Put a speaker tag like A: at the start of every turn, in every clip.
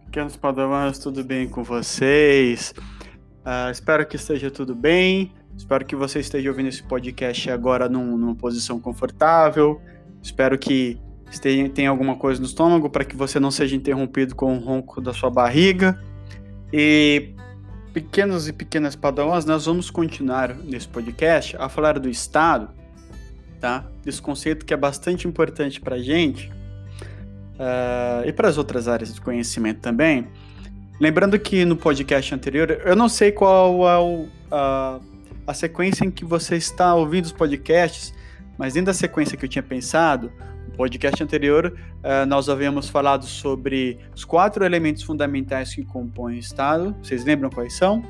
A: Pequenos Padawans, tudo bem com vocês? Espero que esteja tudo bem. Espero que você esteja ouvindo esse podcast agora numa posição confortável. Espero que tenha alguma coisa no estômago para que você não seja interrompido com o ronco da sua barriga. E pequenos e pequenas Padawans, nós vamos continuar nesse podcast a falar do Estado, tá? Desse conceito que é bastante importante para a gente. E para as outras áreas de conhecimento também. Lembrando que no podcast anterior, eu não sei qual é a sequência em que você está ouvindo os podcasts, mas dentro da sequência que eu tinha pensado, no podcast anterior, nós havíamos falado sobre os 4 elementos fundamentais que compõem o Estado. Vocês lembram quais são?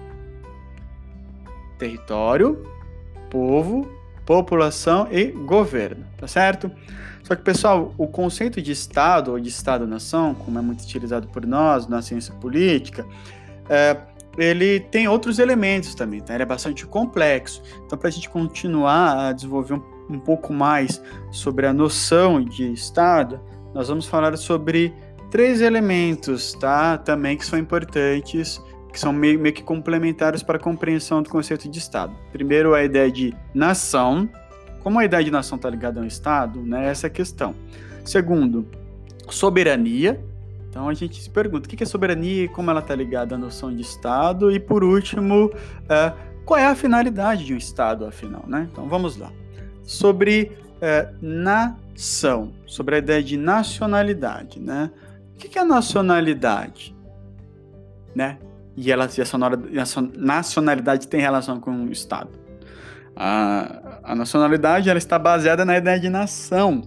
A: Território, povo, população e governo, tá certo? Só que, pessoal, o conceito de Estado ou de Estado-nação, como é muito utilizado por nós na ciência política, ele tem outros elementos também, tá? Ele é bastante complexo. Então, para a gente continuar a desenvolver um pouco mais sobre a noção de Estado, nós vamos falar sobre 3 elementos, tá? Também que são importantes, que são meio que complementares para a compreensão do conceito de Estado. Primeiro, a ideia de nação. Como a ideia de nação está ligada ao Estado, né, essa é a questão. Segundo, soberania. Então a gente se pergunta o que é soberania e como ela está ligada à noção de Estado. E por último, qual é a finalidade de um Estado, afinal, né? Então vamos lá. Sobre nação, sobre a ideia de nacionalidade, né? O que é nacionalidade? Né? E essa nacionalidade tem relação com o Estado. A nacionalidade ela está baseada na ideia de nação,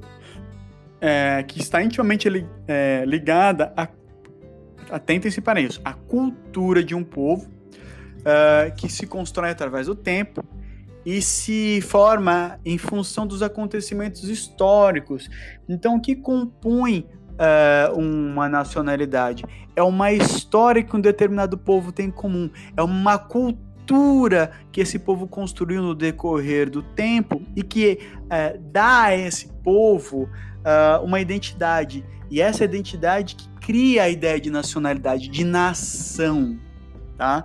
A: que está intimamente ligada atentem-se para isso, a cultura de um povo que se constrói através do tempo e se forma em função dos acontecimentos históricos. Então, o que compõe uma nacionalidade? É uma história que um determinado povo tem em comum, é uma cultura que esse povo construiu no decorrer do tempo e que dá a esse povo uma identidade. E essa identidade que cria a ideia de nacionalidade, de nação, tá?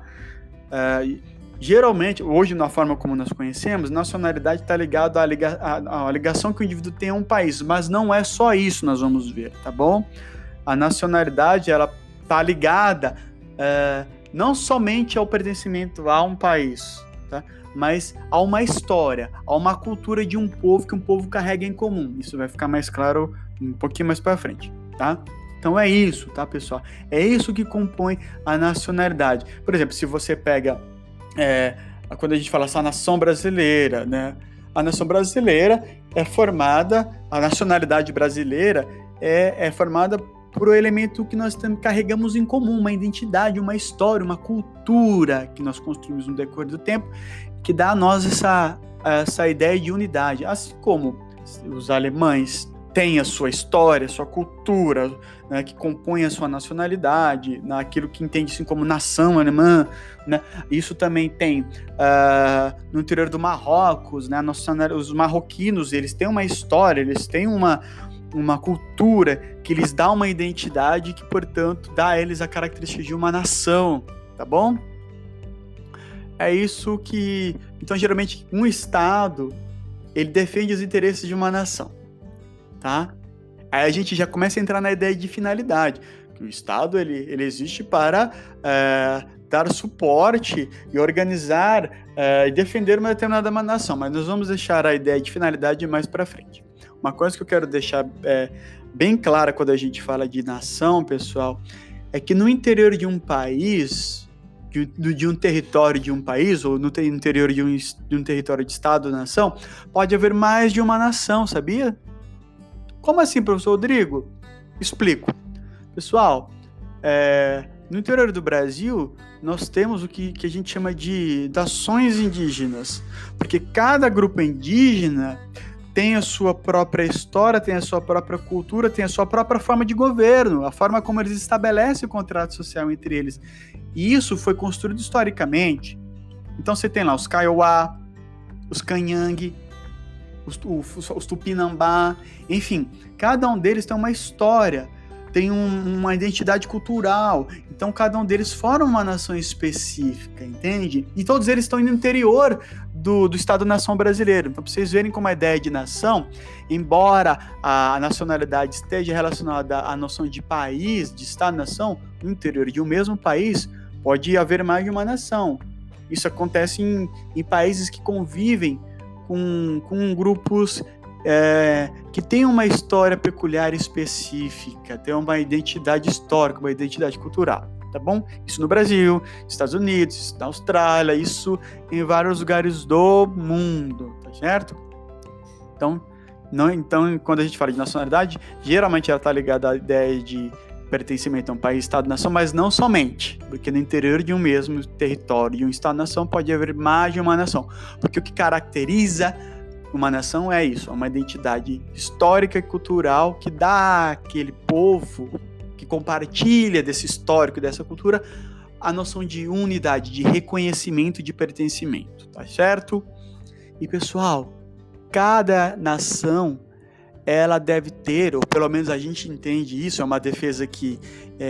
A: Geralmente, hoje, na forma como nós conhecemos, nacionalidade está ligada à ligação que o indivíduo tem a um país, mas não é só isso, nós vamos ver, tá bom? A nacionalidade, ela está ligada não somente ao pertencimento a um país, tá? Mas a uma história, a uma cultura de um povo que um povo carrega em comum. Isso vai ficar mais claro um pouquinho mais para frente, tá? Então é isso, tá, pessoal? É isso que compõe a nacionalidade. Por exemplo, se você pega, quando a gente fala essa nação brasileira, né? A nação brasileira é formada, a nacionalidade brasileira é formada por um elemento que nós carregamos em comum, uma identidade, uma história, uma cultura que nós construímos no decorrer do tempo, que dá a nós essa ideia de unidade. Assim como os alemães têm a sua história, a sua cultura, né, que compõe a sua nacionalidade, naquilo que entende-se como nação alemã, né? Isso também tem no interior do Marrocos, né? Os marroquinos, eles têm uma história, eles têm uma cultura que lhes dá uma identidade que, portanto, dá a eles a característica de uma nação, tá bom? É isso que... Então, geralmente, um Estado, ele defende os interesses de uma nação, tá? Aí a gente já começa a entrar na ideia de finalidade, que o Estado, ele existe para dar suporte e organizar e defender uma determinada nação, mas nós vamos deixar a ideia de finalidade mais para frente. Uma coisa que eu quero deixar bem clara quando a gente fala de nação, pessoal, é que no interior de um país, de um território de um país, ou no interior de um território de Estado-nação, pode haver mais de uma nação, sabia? Como assim, professor Rodrigo? Explico. Pessoal, no interior do Brasil, nós temos o que a gente chama de nações indígenas, porque cada grupo indígena tem a sua própria história, tem a sua própria cultura, tem a sua própria forma de governo, a forma como eles estabelecem o contrato social entre eles. E isso foi construído historicamente. Então você tem lá os Kaiowá, os Kanhang, os Tupinambá, enfim, cada um deles tem uma história tem uma identidade cultural. Então, cada um deles forma uma nação específica, entende? E todos eles estão no interior do Estado-nação brasileiro. Então, para vocês verem como a ideia de nação, embora a nacionalidade esteja relacionada à noção de país, de Estado-nação, no interior de um mesmo país, pode haver mais de uma nação. Isso acontece em países que convivem com grupos que têm uma história peculiar específica, têm uma identidade histórica, uma identidade cultural, tá bom? Isso no Brasil, Estados Unidos, isso na Austrália, isso em vários lugares do mundo, tá certo? Então, quando a gente fala de nacionalidade, geralmente ela está ligada à ideia de pertencimento a um país, Estado-nação, mas não somente, porque no interior de um mesmo território, de um Estado-nação, pode haver mais de uma nação, porque o que caracteriza uma nação é isso, é uma identidade histórica e cultural que dá àquele povo que compartilha desse histórico, dessa cultura, a noção de unidade, de reconhecimento, de pertencimento, tá certo? E pessoal, cada nação ela deve ter, ou pelo menos a gente entende isso, é uma defesa que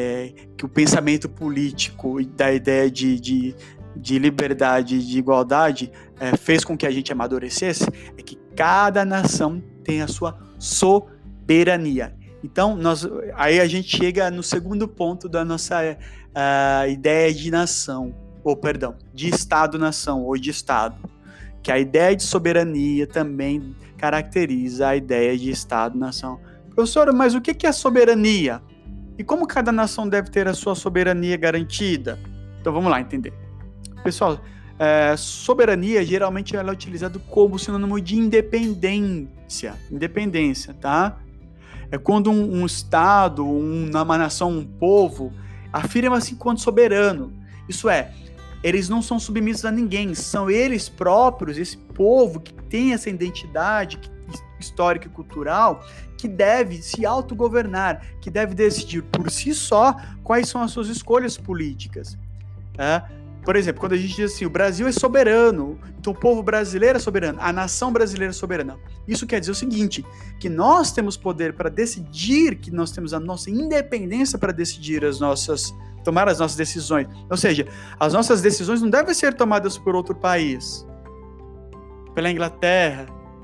A: o pensamento político da ideia de liberdade e de igualdade fez com que a gente amadurecesse, é que cada nação tem a sua soberania. Então, aí a gente chega no segundo ponto da nossa ideia de nação, de Estado-nação ou de Estado, que a ideia de soberania também caracteriza a ideia de Estado-nação. Professor, mas o que é soberania? E como cada nação deve ter a sua soberania garantida? Então vamos lá entender. Pessoal, soberania geralmente ela é utilizada como sinônimo de independência, tá? É quando um Estado, uma nação, um povo afirma-se enquanto soberano. Isso é, eles não são submissos a ninguém, são eles próprios, esse povo que tem essa identidade histórica e cultural, que deve se autogovernar, que deve decidir por si só quais são as suas escolhas políticas. Por exemplo, quando a gente diz assim, o Brasil é soberano, então o povo brasileiro é soberano, a nação brasileira é soberana. Isso quer dizer o seguinte, que nós temos poder para decidir, que nós temos a nossa independência para decidir tomar as nossas decisões. Ou seja, as nossas decisões não devem ser tomadas por outro país, pela Inglaterra,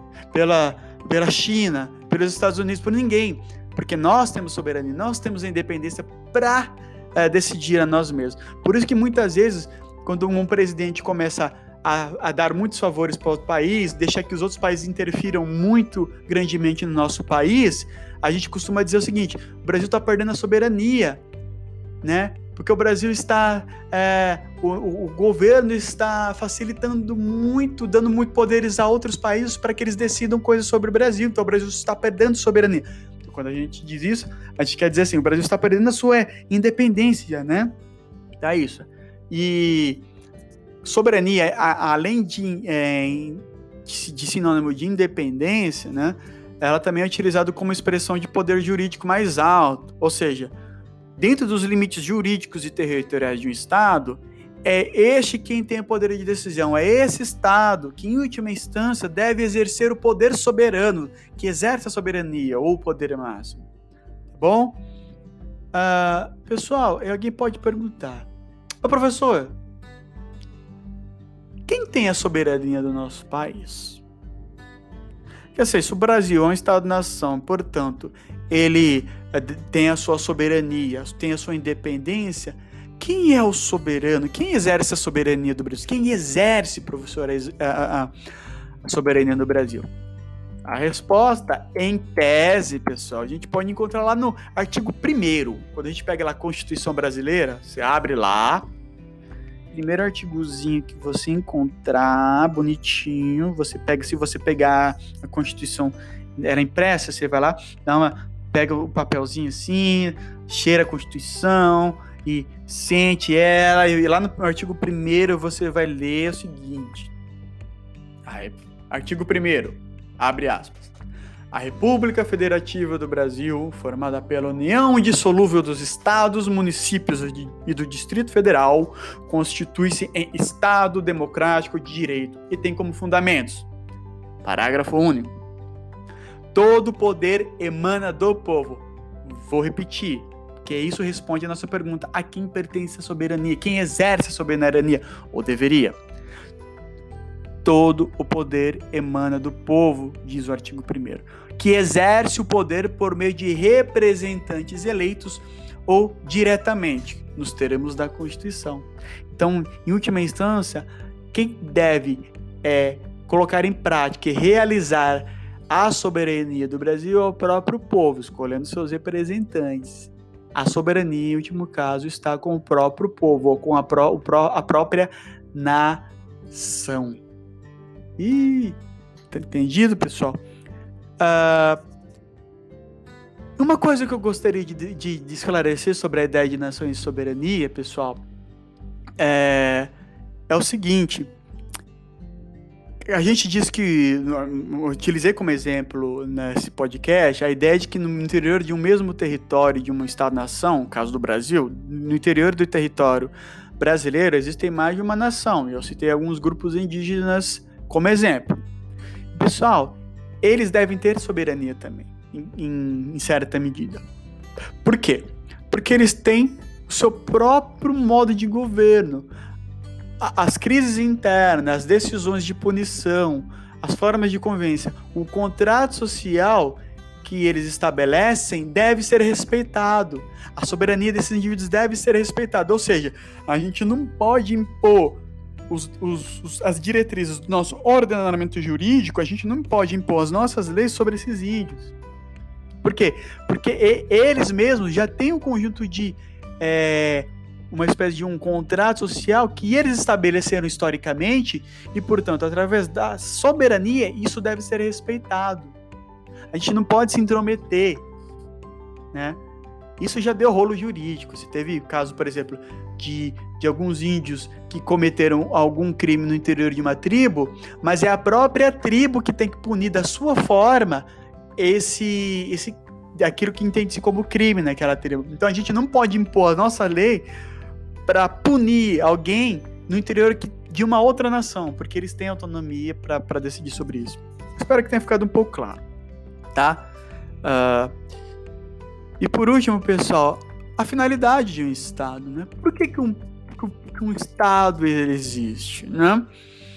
A: pela China, pelos Estados Unidos, por ninguém, porque nós temos soberania, nós temos a independência para decidir a nós mesmos. Por isso que muitas vezes, quando um presidente começa a dar muitos favores para outro país, deixar que os outros países interfiram muito grandemente no nosso país, a gente costuma dizer o seguinte, o Brasil está perdendo a soberania, né? Porque o Brasil está, o governo está facilitando muito, dando muito poderes a outros países para que eles decidam coisas sobre o Brasil, então o Brasil está perdendo soberania. Então, quando a gente diz isso, a gente quer dizer assim, o Brasil está perdendo a sua independência, né? Tá isso. E soberania, além de sinônimo de independência, né? Ela também é utilizada como expressão de poder jurídico mais alto, ou seja, dentro dos limites jurídicos e territoriais de um Estado, é este quem tem o poder de decisão, é esse Estado que, em última instância, deve exercer o poder soberano, que exerce a soberania ou o poder máximo. Tá bom? Pessoal, alguém pode perguntar, professor, quem tem a soberania do nosso país? Quer dizer, se o Brasil é um Estado-nação, portanto, ele tem a sua soberania, tem a sua independência, quem é o soberano? Quem exerce a soberania do Brasil? Quem exerce, professor, a soberania do Brasil? A resposta, em tese, pessoal, a gente pode encontrar lá no artigo 1º. Quando a gente pega lá a Constituição Brasileira, você abre lá, primeiro artigozinho que você encontrar, bonitinho, se você pegar a Constituição, era impressa, você vai lá, pega o papelzinho assim, cheira a Constituição e sente ela, e lá no artigo 1º você vai ler o seguinte, artigo 1º, abre aspas, a República Federativa do Brasil, formada pela união indissolúvel dos estados, municípios e do Distrito Federal, constitui-se em Estado democrático de direito e tem como fundamentos, parágrafo único, todo poder emana do povo. Vou repetir, que isso responde a nossa pergunta: a quem pertence a soberania? Quem exerce a soberania? Ou deveria? Todo o poder emana do povo, diz o artigo 1º, que exerce o poder por meio de representantes eleitos ou diretamente, nos termos da Constituição. Então, em última instância, quem deve colocar em prática e realizar a soberania do Brasil é o próprio povo, escolhendo seus representantes. A soberania, em último caso, está com o próprio povo, ou com a própria nação. Tá entendido, pessoal? Uma coisa que eu gostaria de esclarecer sobre a ideia de nação e soberania, pessoal, é o seguinte: a gente diz que, eu utilizei como exemplo nesse podcast, a ideia de que no interior de um mesmo território de um Estado-nação, no caso do Brasil, no interior do território brasileiro existem mais de uma nação, e eu citei alguns grupos indígenas como exemplo. Pessoal, eles devem ter soberania também, em certa medida. Por quê? Porque eles têm o seu próprio modo de governo. As crises internas, as decisões de punição, as formas de convivência, o contrato social que eles estabelecem deve ser respeitado. A soberania desses indivíduos deve ser respeitada. Ou seja, a gente não pode impor as diretrizes do nosso ordenamento jurídico, a gente não pode impor as nossas leis sobre esses índios. Por quê? Porque eles mesmos já têm um conjunto de... uma espécie de um contrato social que eles estabeleceram historicamente e, portanto, através da soberania, isso deve ser respeitado. A gente não pode se intrometer, né? Isso já deu rolo jurídico. Se teve caso, por exemplo, de alguns índios que cometeram algum crime no interior de uma tribo, mas é a própria tribo que tem que punir da sua forma aquilo que entende-se como crime naquela tribo. Então a gente não pode impor a nossa lei para punir alguém no interior de uma outra nação, porque eles têm autonomia para decidir sobre isso. Espero que tenha ficado um pouco claro, tá? E por último, pessoal, a finalidade de um Estado, né? Por que um Estado ele existe, né?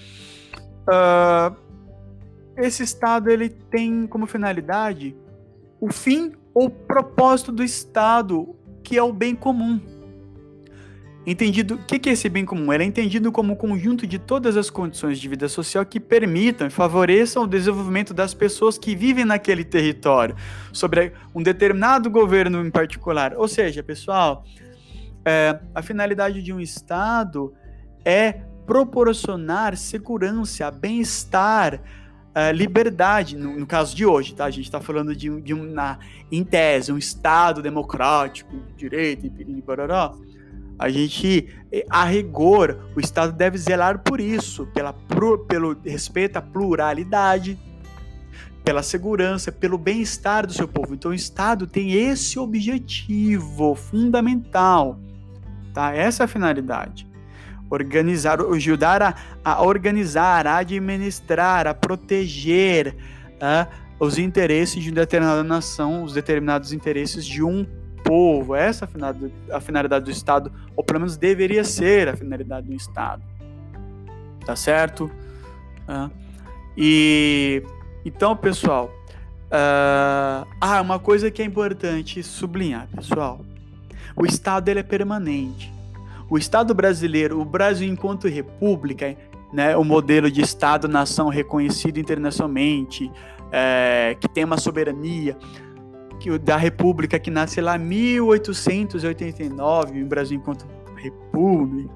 A: Esse Estado ele tem como finalidade o fim ou propósito do Estado, que é o bem comum. Entendido, o que é esse bem comum? Ele é entendido como um conjunto de todas as condições de vida social que permitam e favoreçam o desenvolvimento das pessoas que vivem naquele território, sobre um determinado governo em particular. Ou seja, pessoal, a finalidade de um Estado é proporcionar segurança, bem-estar, liberdade, no caso de hoje, tá? A gente está falando em tese, um Estado democrático, de direito e barará. A gente, a rigor, o Estado deve zelar por isso, pelo respeito à pluralidade, pela segurança, pelo bem-estar do seu povo. Então o Estado tem esse objetivo fundamental, tá? Essa é a finalidade. Ajudar a organizar, a administrar, a proteger os interesses de uma determinada nação, os determinados interesses de um povo. Essa é a finalidade do Estado, ou pelo menos deveria ser a finalidade do Estado. Tá certo? Então, pessoal, uma coisa que é importante sublinhar, pessoal. O Estado ele é permanente. O Estado brasileiro, o Brasil enquanto república, né, o modelo de Estado-nação reconhecido internacionalmente, que tem uma soberania, da república que nasce lá em 1889, o Brasil enquanto república,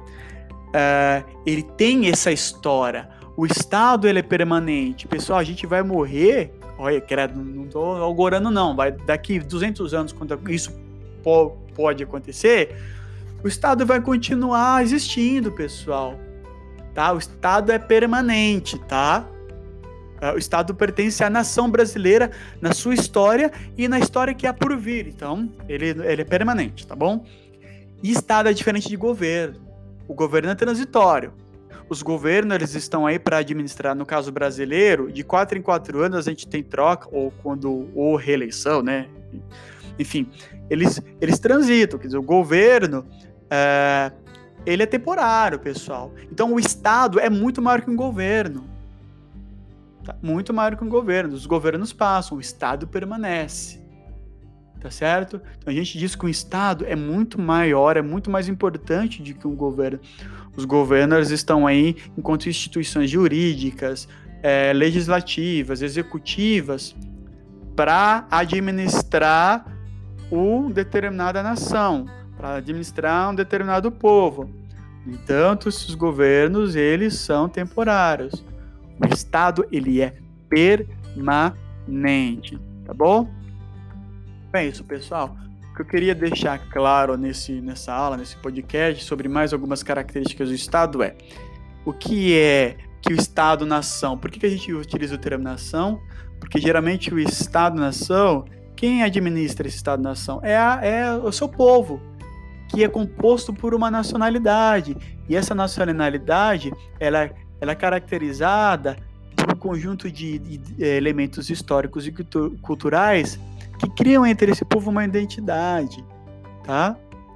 A: ele tem essa história. O Estado ele é permanente. Pessoal, a gente vai morrer, olha, não estou augurando não, vai daqui 200 anos, quando isso pode acontecer, o Estado vai continuar existindo, pessoal, tá? O Estado é permanente, tá? O Estado pertence à nação brasileira na sua história e na história que há por vir. Então, ele é permanente, tá bom? E Estado é diferente de governo. O governo é transitório. Os governos, eles estão aí para administrar, no caso brasileiro, de 4 em 4 anos a gente tem troca, ou reeleição, né? enfim, eles transitam, quer dizer, o governo, ele é temporário, pessoal. Então, o Estado é muito maior que um governo. Tá? Muito maior que um governo. Os governos passam, o Estado permanece. Tá certo? Então, a gente diz que o Estado é muito maior, é muito mais importante do que um governo. Os governos estão aí enquanto instituições jurídicas, legislativas, executivas, para administrar uma determinada nação, para administrar um determinado povo. No entanto, esses governos, eles são temporários. O Estado, ele é permanente, tá bom? É isso, pessoal. O que eu queria deixar claro nessa aula, nesse podcast, sobre mais algumas características do Estado o que é que o Estado-nação? Por que a gente utiliza o termo nação? Porque geralmente o Estado-nação, quem administra esse Estado-nação? É o seu povo, que é composto por uma nacionalidade. E essa nacionalidade, ela é caracterizada por um conjunto de elementos históricos e culturais que criam entre esse povo uma identidade, tá?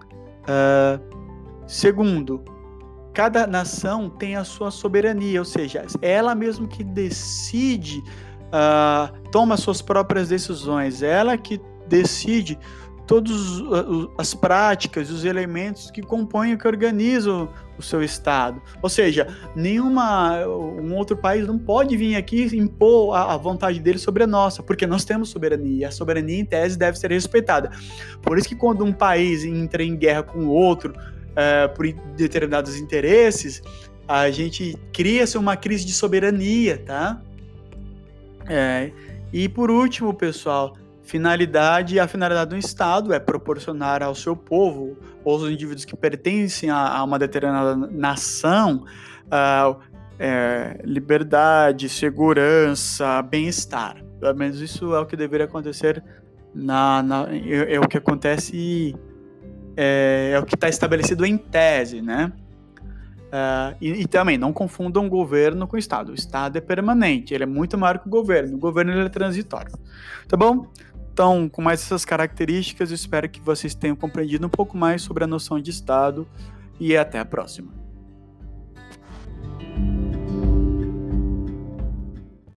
A: Segundo, cada nação tem a sua soberania, ou seja, ela mesmo que decide, toma suas próprias decisões, ela que decide todas as práticas, os elementos que compõem, que organizam o seu Estado. Ou seja, um outro país não pode vir aqui impor a vontade dele sobre a nossa, porque nós temos soberania, e a soberania, em tese, deve ser respeitada. Por isso que quando um país entra em guerra com o outro, por determinados interesses, a gente cria-se uma crise de soberania, tá? E por último, pessoal, a finalidade do Estado é proporcionar ao seu povo, ou aos indivíduos que pertencem a uma determinada nação, liberdade, segurança, bem-estar. Pelo menos isso é o que deveria acontecer, é o que acontece, é o que está estabelecido em tese, né? E também, não confundam governo com Estado. O Estado é permanente, ele é muito maior que o governo ele é transitório. Tá bom? Então, com mais essas características, eu espero que vocês tenham compreendido um pouco mais sobre a noção de Estado e até a próxima.